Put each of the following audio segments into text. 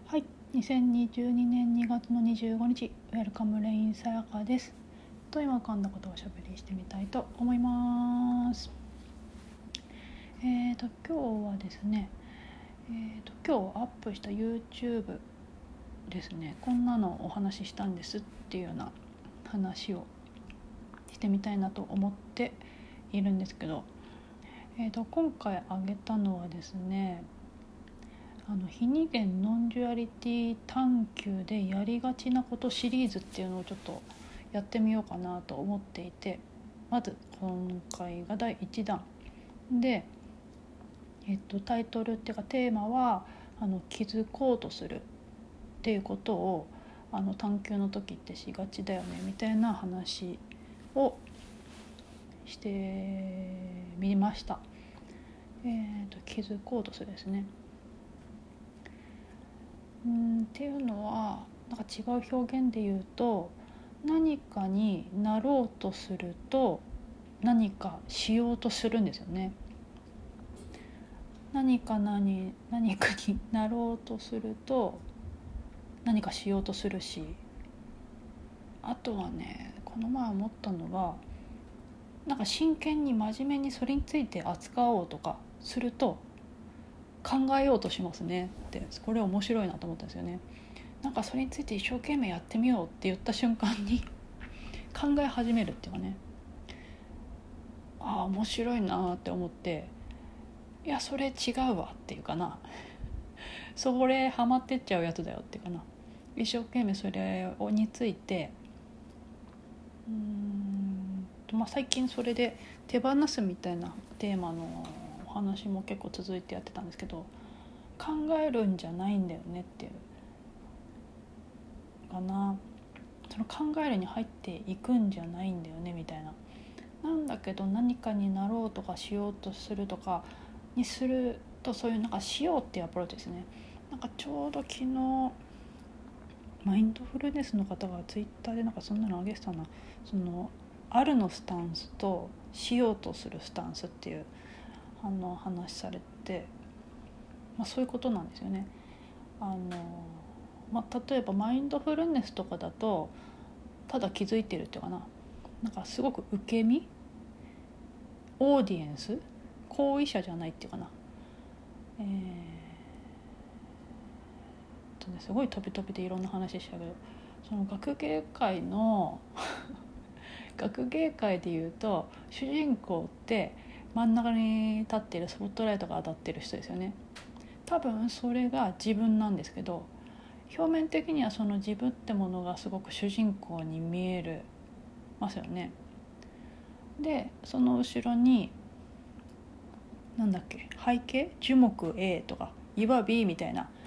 はい、2022年2月の25日、ウェルカムレインさやかです。今噛んだことをおしゃべりしてみたいと思います。今日はですね、今日アップした YouTube ですね、こんなのをお話ししたんですっていうような話をしてみたいなと思っているんですけど、今回あげたのはですね、非二元ノンデュアリティ探求でやりがちなことシリーズっていうのをちょっとやってみようかなと思っていて、まず今回が第1弾で、タイトルっていうかテーマは気づこうとするっていうことを探求の時ってしがちだよねみたいな話をしてみました。気づこうとするですね。っていうのはなんか違う表現で言うと、何かになろうとすると何かしようとするんですよね。何かになろうとすると何かしようとするし、あとはね、この前思ったのが、なんか真剣に真面目にそれについて扱おうとかすると考えようとしますねって、これ面白いなと思ったんですよね。なんかそれについて一生懸命やってみようって言った瞬間に考え始めるっていうかね、面白いなって思って、いやそれ違うわっていうかな、それハマってっちゃうやつだよっていうかな、一生懸命それについて最近それで手放すみたいなテーマのお話も結構続いてやってたんですけど、考えるんじゃないんだよねっていうかな、その考えるに入っていくんじゃないんだよねみたいな、なんだけど何かになろうとかしようとするとかにすると、そういうなんかしようっていうアプローチですね。なんかちょうど昨日マインドフルネスの方がツイッターでなんかそんなの上げてたな、そのあるのスタンスとしようとするスタンスっていう話されて、そういうことなんですよね。例えばマインドフルネスとかだとただ気づいてるっていうかな、なんかすごく受け身、オーディエンス、行為者じゃないっていうかな、すごい飛び飛びでいろんな話したけど、その学芸会の学芸会でいうと主人公って真ん中に立っているスポットライトが当たってる人ですよね。多分それが自分なんですけど、表面的にはその自分ってものがすごく主人公に見えますよね。でその後ろに背景、樹木 A とか岩 B みたいな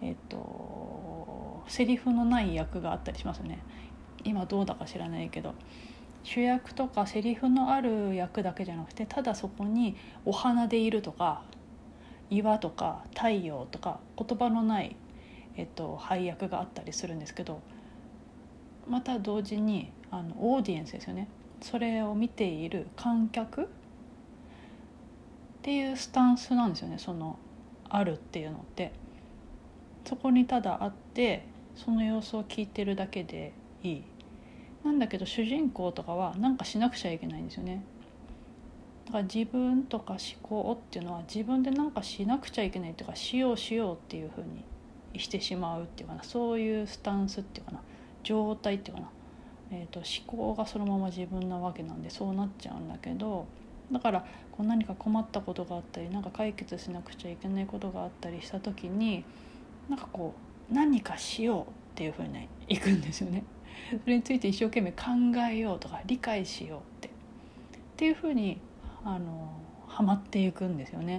セリフのない役があったりしますよね。今どうだか知らないけど、主役とかセリフのある役だけじゃなくて、ただそこにお花でいるとか岩とか太陽とか言葉のない配役があったりするんですけど、また同時にオーディエンスですよね。それを見ている観客っていうスタンスなんですよね。そのあるっていうのって、そこにただあってその様子を聞いてるだけでいい。なんだけど主人公とかは何かしなくちゃいけないんですよね。だから自分とか思考っていうのは自分で何かしなくちゃいけないっていうか、しようっていう風にしてしまうっていうかな、そういうスタンスっていうかな、状態っていうかな、思考がそのまま自分なわけなんでそうなっちゃうんだけど、だからこう何か困ったことがあったり、なんか解決しなくちゃいけないことがあったりした時に、なんかこう何かしようっていう風にいくんですよね。それについて一生懸命考えようとか理解しようっていう風にハマっていくんですよね。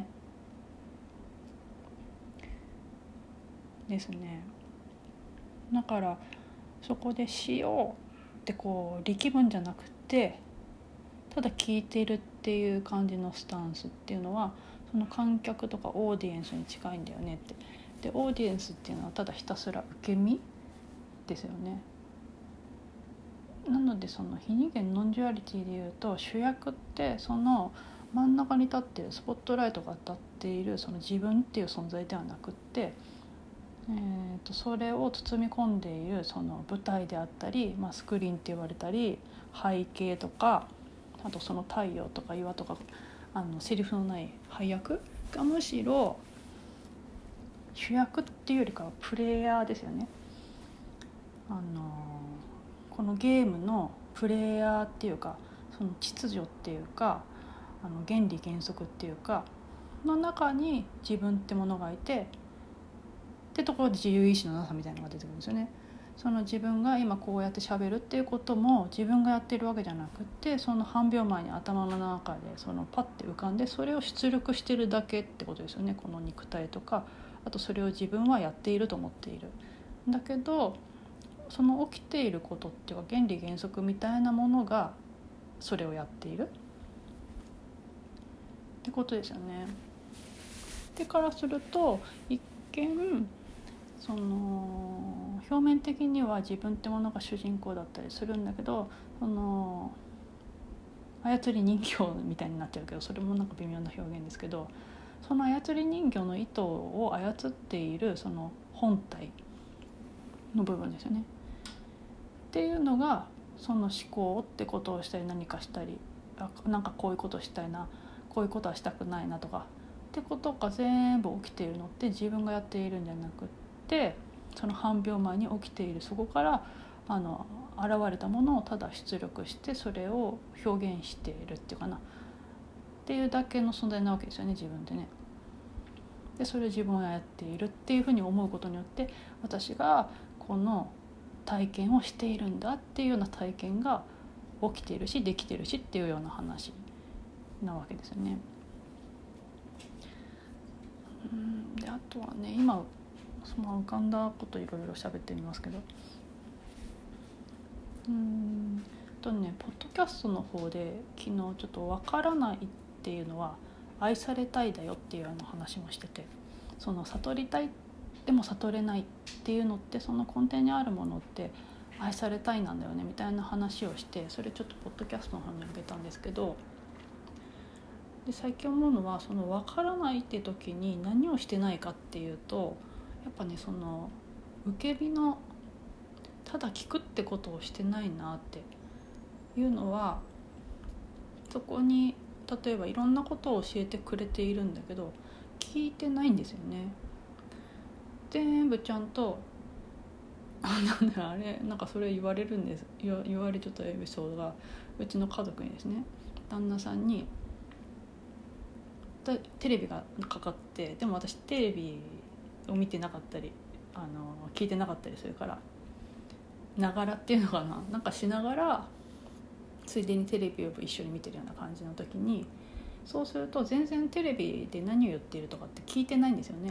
ですね。だからそこでしようってこう力むんじゃなくて、ただ聞いているっていう感じのスタンスっていうのは、その観客とかオーディエンスに近いんだよねって。でオーディエンスっていうのはただひたすら受け身ですよね。なのでその非二元ノンデュアリティでいうと、主役ってその真ん中に立っているスポットライトが当たっているその自分っていう存在ではなくって、 それを包み込んでいるその舞台であったり、スクリーンって言われたり背景とか、あとその太陽とか岩とかセリフのない配役がむしろ主役っていうよりかはプレイヤーですよね。このゲームのプレイヤーっていうか、その秩序っていうか原理原則っていうかの中に自分ってものがいて、ってところで自由意志のなさみたいなのが出てくるんですよね。その自分が今こうやって喋るっていうことも自分がやってるわけじゃなくって、その半秒前に頭の中でそのパッて浮かんでそれを出力してるだけってことですよね。この肉体とか、あとそれを自分はやっていると思っている。だけどその起きていることっていうか原理原則みたいなものがそれをやっているってことですよね。でからすると一見その表面的には自分ってものが主人公だったりするんだけど、その操り人形みたいになっちゃうけど、それもなんか微妙な表現ですけど、その操り人形の糸を操っているその本体の部分ですよね。っていうのがその思考ってことをしたり何かしたり、なんかこういうことしたいな、こういうことはしたくないなとかってことが全部起きているのって自分がやっているんじゃなくって、その半秒前に起きているそこから現れたものをただ出力してそれを表現しているっていうかなっていうだけの存在なわけですよね、自分でね。でそれを自分はやっているっていうふうに思うことによって、私がこの体験をしているんだっていうような体験が起きているしできているしっていうような話なわけですよね。であとはね、今その浮かんだこといろいろ喋ってみますけど、ポッドキャストの方で昨日ちょっと分からないっていうのは愛されたいだよっていうような話もしてて、その悟りたいでも悟れないっていうのってその根底にあるものって愛されたいなんだよねみたいな話をして、それちょっとポッドキャストの方にあげたんですけど、で最近思うのはその分からないって時に何をしてないかっていうと、やっぱねその受け身のただ聞くってことをしてないなっていうのは、そこに例えばいろんなことを教えてくれているんだけど聞いてないんですよね。全部ちゃんとなんかそれ言われるんです。言われちゃったエピソードがうちの家族にですね、旦那さんにテレビがかかって、でも私テレビを見てなかったり聞いてなかったりするから、ながらっていうのかな、なんかしながらついでにテレビを一緒に見てるような感じの時に、そうすると全然テレビで何を言っているとかって聞いてないんですよね。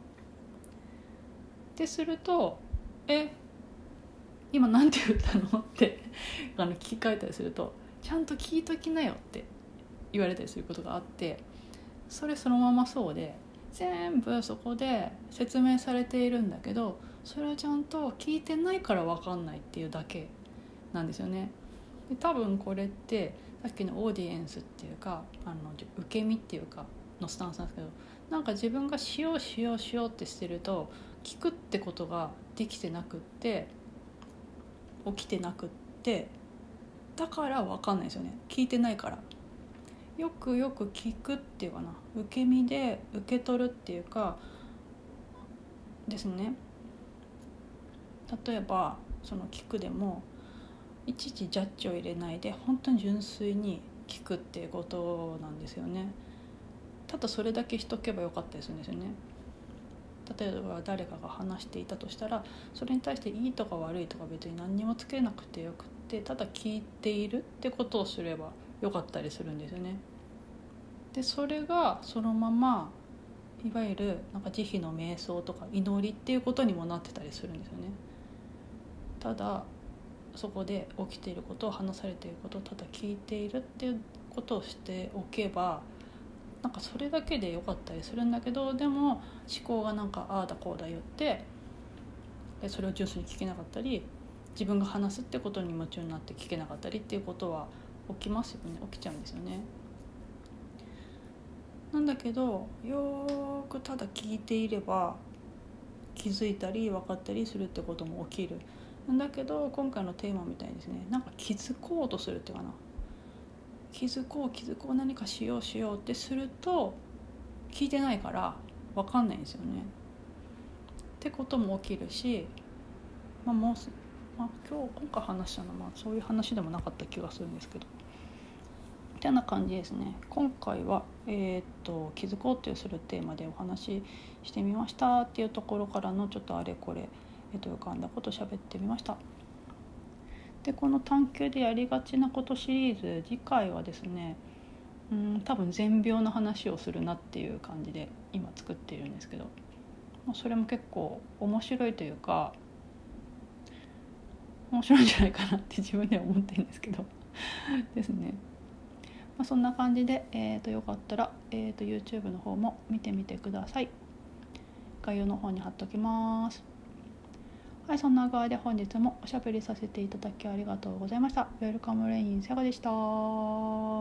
ですると今なんて言ったのって聞き換えたりすると、ちゃんと聞いときなよって言われたりすることがあって、それそのままそうで全部そこで説明されているんだけど、それをちゃんと聞いてないから分かんないっていうだけなんですよね。で多分これってさっきのオーディエンスっていうか受け身っていうかのスタンスなんですけど、なんか自分がしようってしてると聞くってことができてなくって起きてなくって、だから分かんないですよね。聞いてないから。よく聞くっていうかな、受け身で受け取るっていうかですね。例えばその聞くでもいちいちジャッジを入れないで本当に純粋に聞くっていうことなんですよね。ただそれだけしとけばよかったりするんですよね。例えば誰かが話していたとしたら、それに対していいとか悪いとか別に何にもつけなくてよくって、ただ聞いているってことをすればよかったりするんですよね。でそれがそのままいわゆるなんか慈悲の瞑想とか祈りっていうことにもなってたりするんですよね。ただそこで起きていることを話されていることをただ聞いているっていうことをしておけば、なんかそれだけでよかったりするんだけど、でも思考がなんかああだこうだ言ってそれを純粋に聞けなかったり、自分が話すってことに夢中になって聞けなかったりっていうことは起きますよね。起きちゃうんですよね。なんだけどよくただ聞いていれば気づいたり分かったりするってことも起きるんだけど、今回のテーマみたいにですね、なんか気づこうとするっていうかな、気づこう何かしようってすると聞いてないから分かんないんですよねってことも起きるし、今回話したのはそういう話でもなかった気がするんですけど、みたいな感じですね。今回は、気づこうとするテーマでお話ししてみましたっていうところからのちょっとあれこれ、浮かんだこと喋ってみました。でこの探求でやりがちなことシリーズ、次回はですね、多分善病の話をするなっていう感じで今作っているんですけど、それも結構面白いというか面白いんじゃないかなって自分では思ってるんですけどですね。そんな感じで、よかったら、YouTube の方も見てみてください。概要の方に貼っときます。はい、そんな具合で本日もおしゃべりさせていただきありがとうございました。ウェルカムレインセガでした。